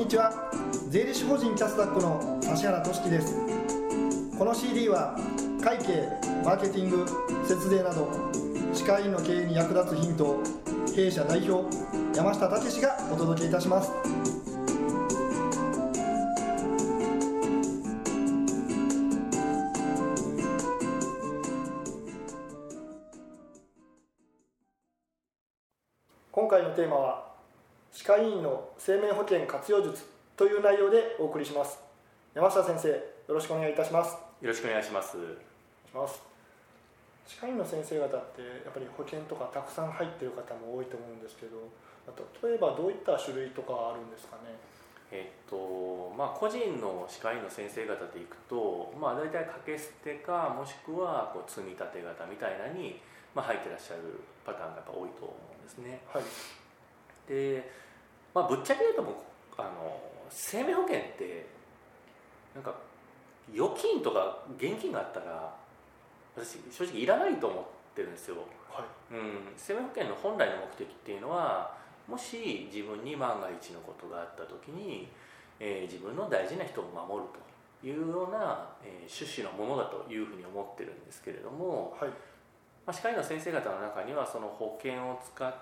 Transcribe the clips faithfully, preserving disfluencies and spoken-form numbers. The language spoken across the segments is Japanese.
にちは。税理士法人キャスダックの指原俊樹です。この シーディー は会計、マーケティング、節税など歯科医院の経営に役立つヒントを弊社代表山下武がお届けいたします。今回のテーマは歯科医院の生命保険活用術という内容でお送りします。山下先生、よろしくお願いいたします。 よろしくお願いします。 お願いします。歯科医院の先生方ってやっぱり保険とかたくさん入っている方も多いと思うんですけど、例えばどういった種類とかあるんですかね。 えっとまあ、個人の歯科医の先生方でいくと、まあ、大体掛け捨てかもしくはこう積み立て型みたいなに、まあ、入ってらっしゃるパターンがやっぱ多いと思うんですね。 はい。 で、まあ、ぶっちゃけ言うともあの生命保険ってなんか預金とか現金があったら私正直いらないと思ってるんですよ。 はい。 うん、生命保険の本来の目的っていうのは、もし自分に万が一のことがあった時に、えー、自分の大事な人を守るというような、えー、趣旨のものだというふうに思ってるんですけれども、 はい。 まあ、歯科医の先生方の中にはその保険を使って、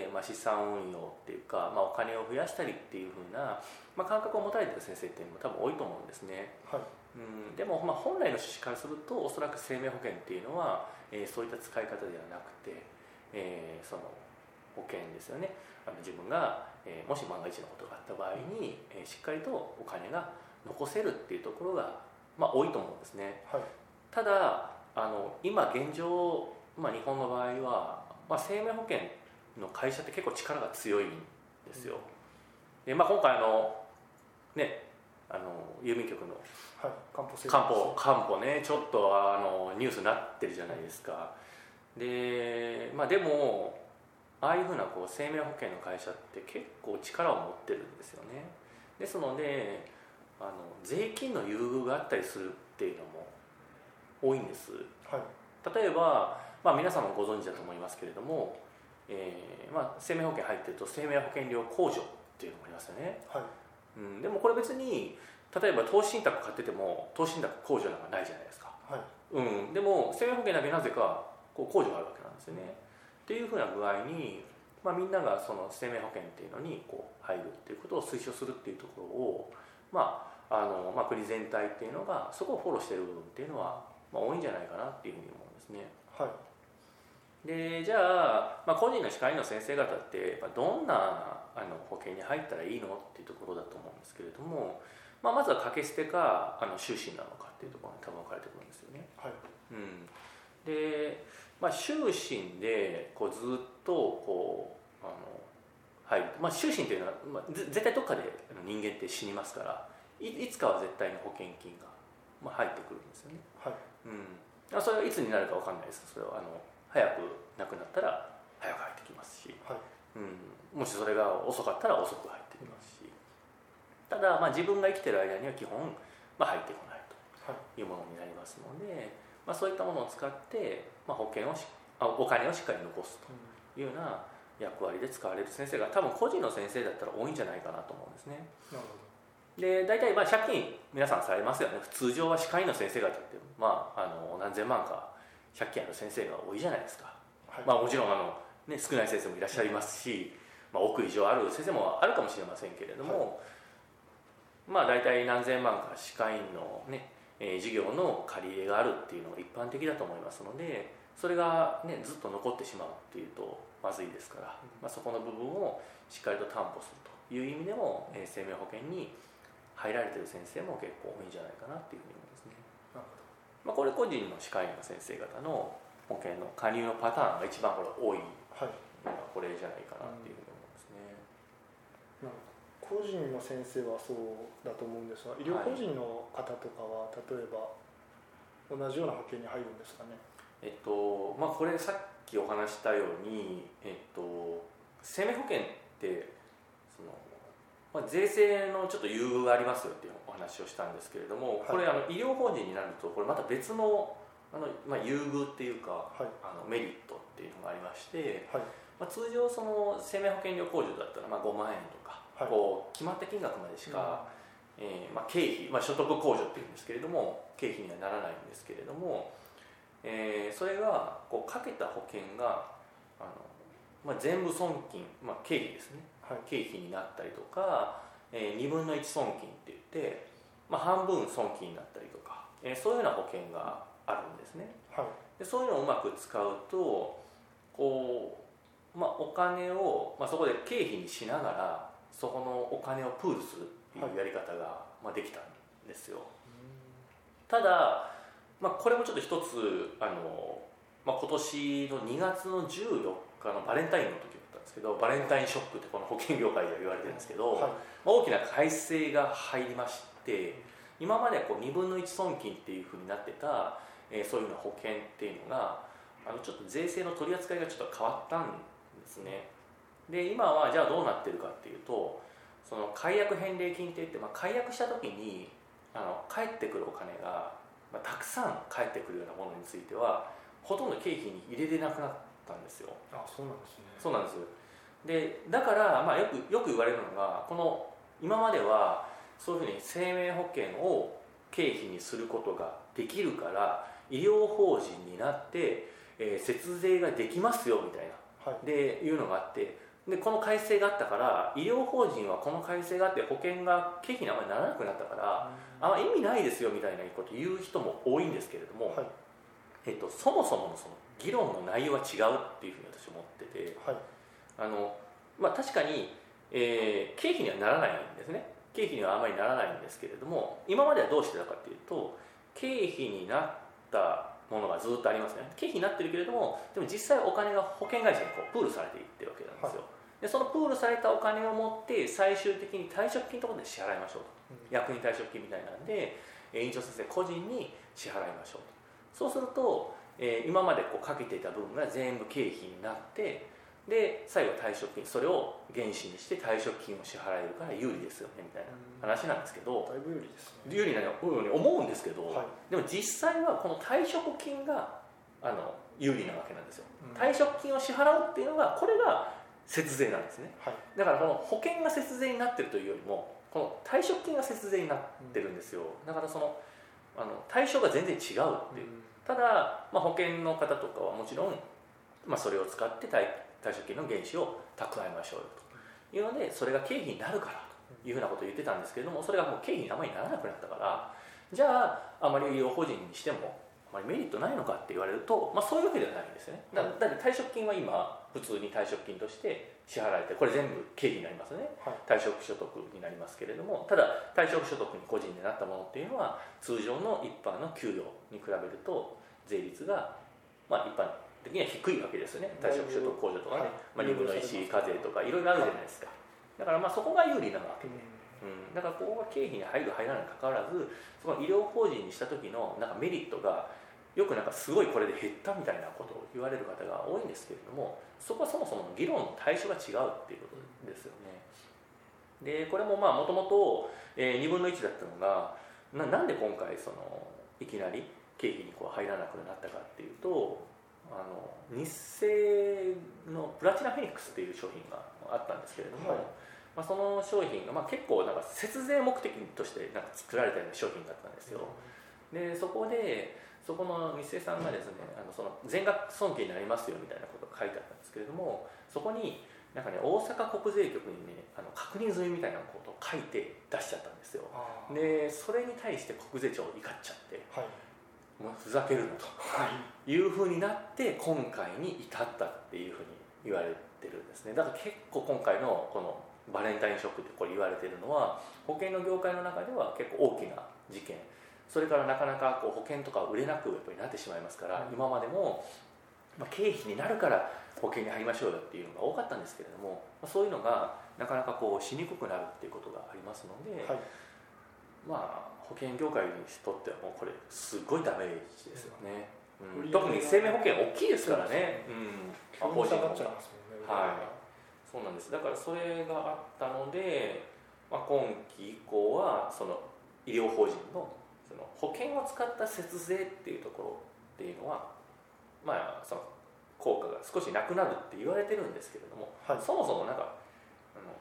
まあ、資産運用っていうか、まあ、お金を増やしたりっていうふうな、まあ、感覚を持たれている先生っていうのも多分多いと思うんですね。 はい。 うん、でも、まあ、本来の趣旨からするとおそらく生命保険っていうのは、えー、そういった使い方ではなくて、えー、その保険ですよね。あの自分が、えー、もし万が一のことがあった場合に、えー、しっかりとお金が残せるっていうところが、まあ、多いと思うんですね。 はい。たただあの今現状、まあ、日本の場合は、まあ、生命保険の会社って結構力が強いんですよ。で、まあ、今回あのねあの郵便局のはい、担保制度担保担保ねちょっとあのニュースになってるじゃないですか。で、まあ、でもああいうふうなこう生命保険の会社って結構力を持ってるんですよね。ですのであの税金の優遇があったりするっていうのも多いんです。 はい。 例えば、まあ、皆さんもご存知だと思いますけれども、えーまあ、生命保険入ってると生命保険料控除っていうのもありますよね。 はい。 うん、でもこれ別に例えば投資信託買ってても投資信託控除なんかないじゃないですか。 はい。 うん、でも生命保険だけなぜかこう控除があるわけなんですよね。っていうふうな具合に、まあ、みんながその生命保険っていうのにこう入るっていうことを推奨するっていうところを、まああのまあ、国全体っていうのがそこをフォローしている部分っていうのは、まあ、多いんじゃないかなっていうふうに思うんですね。 はい。 でじゃあ、まあ、個人の歯科医の先生方ってどんなあの保険に入ったらいいのっていうところだと思うんですけれども、まあ、まずは掛け捨てかあの終身なのかっていうところに多分分かれてくるんですよね。 はい。 うん、で、まあ、終身でこうずっとこうあの入る、まあ、終身っていうのは、まあ、絶対どっかで人間って死にますから い, いつかは絶対に保険金が、まあ、入ってくるんですよね。 はい。 うん、それはいつになるか分かんないです。それはあの早く亡くなったら早く入ってきますし、 はい。 うん、もしそれが遅かったら遅く入ってきますし、ただ、まあ、自分が生きてる間には基本、まあ、入ってこないというものになりますので、まあ、そういったものを使って、まあ、保険をしあお金をしっかり残すというような役割で使われる先生が多分個人の先生だったら多いんじゃないかなと思うんですね。 なるほど。 で大体まあ借金皆さんされますよね。通常は歯科医の先生方って、まあ、あの何千万か借金ある先生が多いじゃないですか。 はい。 まあ、もちろんあの、ね、少ない先生もいらっしゃいますし、まあ、億以上ある先生もあるかもしれませんけれども、はい、まあ大体何千万か歯科医のね、えー、事業の借り入れがあるっていうのが一般的だと思いますので、それが、ね、ずっと残ってしまうっていうとまずいですから、まあ、そこの部分をしっかりと担保するという意味でも、えー、生命保険に入られている先生も結構多いんじゃないかなっていうふうに思いますね。 なるまあ、これ個人の歯科医の先生方の保険の加入のパターンが一番これ多いほど。はい。 のがこれじゃないかなっていうふうに思いますね。 なるほど。個人の先生はそうだと思うんですが、医療法人の方とかは例えば同じような保険に入るんですかね。 えっとまあ、これさっきお話したように、えっと、生命保険ってその、まあ、税制のちょっと優遇がありますよっていうお話をしたんですけれども、これあの医療法人になるとこれまた別のあの、まあ、優遇っていうか、 はい、 あのメリットっていうのがありまして、 はい、 まあ、通常その生命保険料控除だったらまあごまんえんとかはい、 こう決まった金額までしか、うん、えーまあ、経費、まあ、所得控除っていうんですけれども経費にはならないんですけれども、えー、それがこうかけた保険があの、まあ、全部損金、まあ、経費ですね、はい、経費になったりとか、えー、にぶんのいち損金って言って、まあ、半分損金になったりとか、えー、そういうような保険があるんですね、はい、でそういうのをうまく使うとこう、まあ、お金を、まあ、そこで経費にしながらそこのお金をプールするっていうやり方が、まあ、できたんですよ。ただ、まあ、これもちょっと一つあの、まあ、今年のにがつのじゅうよっかのバレンタインの時だったんですけど、バレンタインショックってこの保険業界では言われてるんですけど、はい、まあ、大きな改正が入りまして、今まではこうにぶんのいち損金っていうふうになってた、えー、そういうような保険っていうのがあのちょっと税制の取り扱いがちょっと変わったんですね。で今はじゃあどうなってるかっていうと、その解約返礼金っていって、まあ、解約した時にあの返ってくるお金が、まあ、たくさん返ってくるようなものについてはほとんど経費に入れれなくなったんですよ。 あ、そうなんですね。 そうなんです。でだから、まあ、よくよく言われるのが、この今まではそういうふうに生命保険を経費にすることができるから医療法人になって、えー、節税ができますよみたいな、はい、でいうのがあって、でこの改正があったから医療法人はこの改正があって保険が経費にあまりならなくなったから、あんま意味ないですよみたいなことを言う人も多いんですけれども、はい、えっと、そもそものその議論の内容は違うっていうふうに私は思ってて、はい、あのまあ、確かに、えー、経費にはならないんですね。経費にはあまりならないんですけれども、今まではどうしてたかっていうと、経費になったものがずっとありますね。経費になってるけれども、でも実際お金が保険会社にこうプールされていってるわけなんですよ、はい、でそのプールされたお金を持って最終的に退職金とかで支払いましょうと、うん、役員退職金みたいなんで院長先生個人に支払いましょうと。そうすると、えー、今までこうかけていた分が全部経費になって、で最後退職金、それを原資にして退職金を支払えるから有利ですよねみたいな話なんですけど、 だいぶ有利ですね。 有利なように思うんですけど、はい、でも実際はこの退職金があの有利なわけなんですよ、うん、退職金を支払うっていうのが、これが節税なんですね、はい、だからこの保険が節税になってるというよりもこの退職金が節税になってるんですよ、うん、だからそのあの対象が全然違うっていう、うん、ただ、まあ、保険の方とかはもちろん、まあ、それを使って退退職金の原資を蓄えましょうよというので、それが経費になるからというふうなことを言ってたんですけれども、それがもう経費にあまりならなくなったから、じゃああまり医療法人にしてもあまりメリットないのかって言われると、まあ、そういうわけではないんですよね。だ, だって退職金は今普通に退職金として支払えて、これ全部経費になりますね、はい、退職所得になりますけれども、ただ退職所得に個人でなったものっていうのは通常の一般の給与に比べると税率が、まあ、一般的には低いわけですよね。退職所得控除とかね、まあ、にぶんのいち課税とかいろいろあるじゃないですか。だからまあそこが有利なわけで、うん、だからここが経費に入る入らないにかかわらず、その医療法人にした時のなんかメリットがよくなんかすごいこれで減ったみたいなことを言われる方が多いんですけれども、そこはそもそも議論の対象が違うっていうことですよね。でこれもまあもともとにぶんのいちだったのが な, なんで今回そのいきなり経費にこう入らなくなったかっていうと、あの日清のプラチナフェニックスっていう商品があったんですけれども、はい、まあ、その商品がまあ結構なんか節税目的としてなんか作られたような商品だったんですよ。でそこでそこの日清さんがですね、あのその全額損金になりますよみたいなことが書いてあったんですけれども、そこになんかね、大阪国税局にね、あの確認済みみたいなことを書いて出しちゃったんですよ。でそれに対して国税庁怒っちゃって、はい、もうふざけるなというふうになって今回に至ったっていうふうに言われてるんですね。だから結構今回のこのバレンタインショックってこれ言われてるのは、保険の業界の中では結構大きな事件、それからなかなかこう保険とか売れなくやっぱりなってしまいますから、うん、今までも、まあ、経費になるから保険に入りましょうよっていうのが多かったんですけれども、まあ、そういうのがなかなかこうしにくくなるっていうことがありますので、はい、まあ保険業界にとってはもうこれすごいダメージですよね、うん、特に生命保険大きいですからね。 急に下がっちゃいますもんね。 はい、そうなんです。だからそれがあったので、まあ、今期以降はその医療法人のその保険を使った節税っていうところっていうのは、まあその効果が少しなくなるって言われてるんですけれども、はい、そもそもなんかあの保険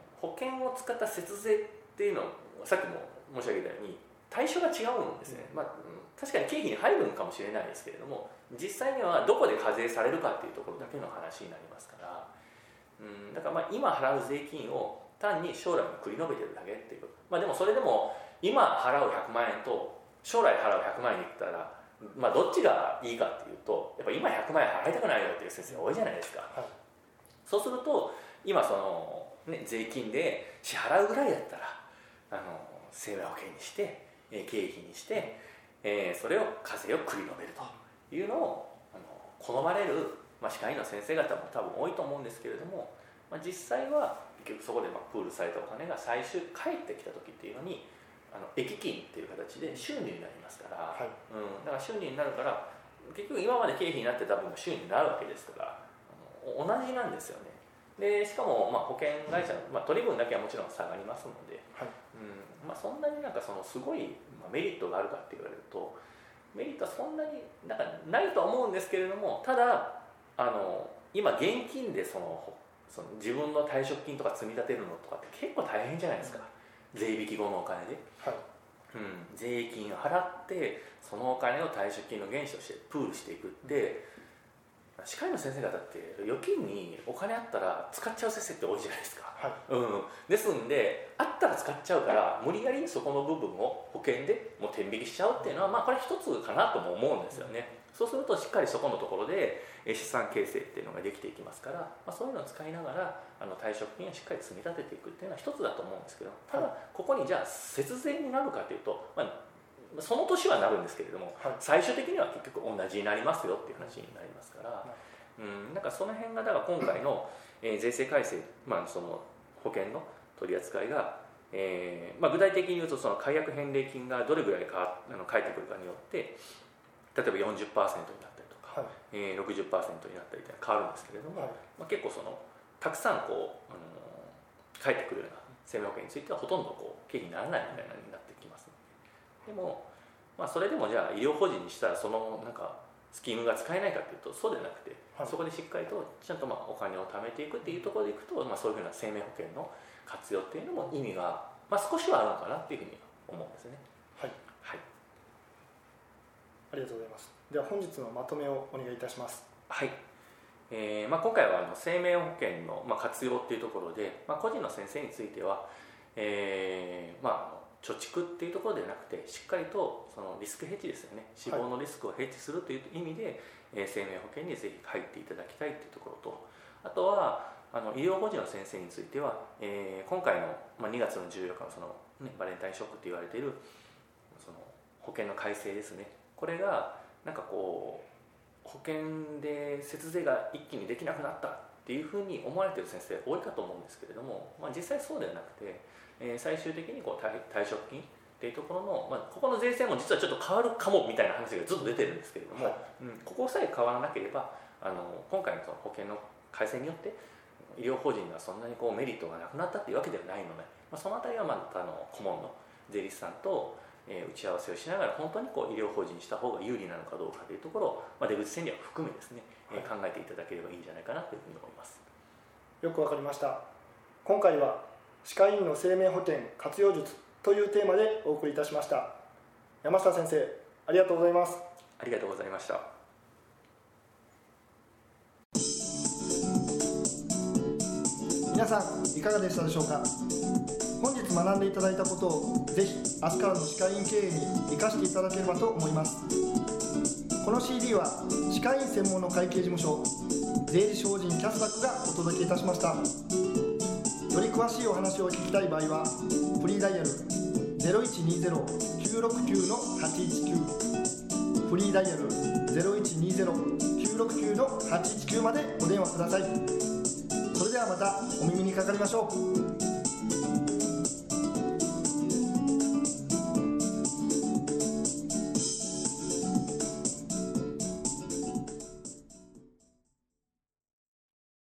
険を使った節税っていうのはさっきも申し上げたように対象が違うんですね、まあ、確かに経費に入るのかもしれないですけれども、実際にはどこで課税されるかっていうところだけの話になりますから、うん、だからまあ今払う税金を単に将来に繰り延べてるだけっていうこと、まあ、でもそれでも今払うひゃくまんえんと将来払うひゃくまんえんに言ったら、まあ、どっちがいいかっていうと、やっぱ今ひゃくまんえん払いたくないよっていう先生多いじゃないですか、はい、そうすると今その、ね、税金で支払うぐらいだったらあの生命保険にして経費にして、えー、それを課税を繰り延べるというのをあの好まれる、まあ、歯科医の先生方も多分多いと思うんですけれども、まあ、実際は結局そこでまあプールされたお金が最終返ってきた時っていうのにあの益金っていう形で収入になりますから、はい、うん、だから収入になるから結局今まで経費になってた分が収入になるわけですからあの同じなんですよね。でしかもまあ保険会社の、まあ、取り分だけはもちろん下がりますので、はい、うんまあ、そんなになんかそのすごいメリットがあるかって言われるとメリットはそんなになんかないとは思うんですけれども、ただあの今現金でそのその自分の退職金とか積み立てるのとかって結構大変じゃないですか、うん、税引き後のお金で、はい、うん、税金を払ってそのお金を退職金の原資としてプールしていくって、歯科医の先生方って預金にお金あったら使っちゃう先生って多いじゃないですか、はい、うん、ですんであったら使っちゃうから無理やりそこの部分を保険でもう天引きしちゃうっていうのは、まあ、これ一つかなとも思うんですよね。そうするとしっかりそこのところで資産形成っていうのができていきますから、まあ、そういうのを使いながらあの退職金をしっかり積み立てていくっていうのは一つだと思うんですけど、ただここにじゃあ節税になるかというと、まあ、その年はなるんですけれども、はい、最終的には結局同じになりますよっていう話になりますから、うん、なんかその辺がだから今回の、えー、税制改正、まあ、その保険の取り扱いが、えーまあ、具体的に言うとその解約返礼金がどれぐらいかあの返ってくるかによって例えば よんじゅっパーセント になったりとか、はい、えー、ろくじゅっパーセント になったりとか変わるんですけれども、はい、まあ、結構そのたくさんこう、あのー、返ってくるような生命保険についてはほとんどこう経費にならないみたいなになってきますので、でも、まあ、それでもじゃあ医療法人にしたらそのなんかスキームが使えないかというとそうでなくて、はい、そこでしっかりとちゃんとまあお金を貯めていくっていうところでいくと、まあ、そういうふうな生命保険の活用っていうのも意味が、まあ、少しはあるのかなっていうふうに思うんですね。はい、はい、 ありがとうございます。では本日のまとめをお願いいたします。 はい、えーまあ、今回はあの生命保険の、まあ、活用っていうところで、まあ、個人の先生については、えーまあ、貯蓄っていうところではなくてしっかりとそのリスクヘッジですよね、死亡のリスクをヘッジするという意味で、はい、えー、生命保険にぜひ入っていただきたいというところと、あとはあの医療保持の先生については、えー、今回の、まあ、にがつのじゅうよっかのその、ね、バレンタインショックと言われているその保険の改正ですね、これがなんかこう保険で節税が一気にできなくなったっていうふうに思われている先生多いかと思うんですけれども、まあ、実際そうではなくて、えー、最終的にこう 退, 退職金っていうところの、まあ、ここの税制も実はちょっと変わるかもみたいな話がずっと出てるんですけれども、はい、うん、ここさえ変わらなければあの今回のその保険の改正によって医療法人がそんなにこうメリットがなくなったっていうわけではないので、まあ、そのあたりはまたあの顧問の税理士さんと、えー、打ち合わせをしながら本当にこう医療法人にした方が有利なのかどうかというところを、まあ、出口戦略を含めですね、はい、えー、考えていただければいいんじゃないかなというふうに思います。 よくわかりました。今回は歯科医院の生命保険活用術というテーマでお送りいたしました。山下先生、ありがとうございます。 ありがとうございました。 皆さんいかがでしたでしょうか。本日学んでいただいたことをぜひ明日からの歯科医院経営に生かしていただければと思います。この シーディー は歯科医院専門の会計事務所税理士法人キャスダックがお届けいたしました。より詳しいお話を聞きたい場合はフリーダイヤル ゼロいちにゼロ きゅうろくきゅう はちいちきゅう フリーダイヤル ゼロいちにゼロ きゅうろくきゅう はちいちきゅうまでお電話ください。それではまたお耳にかかりましょう。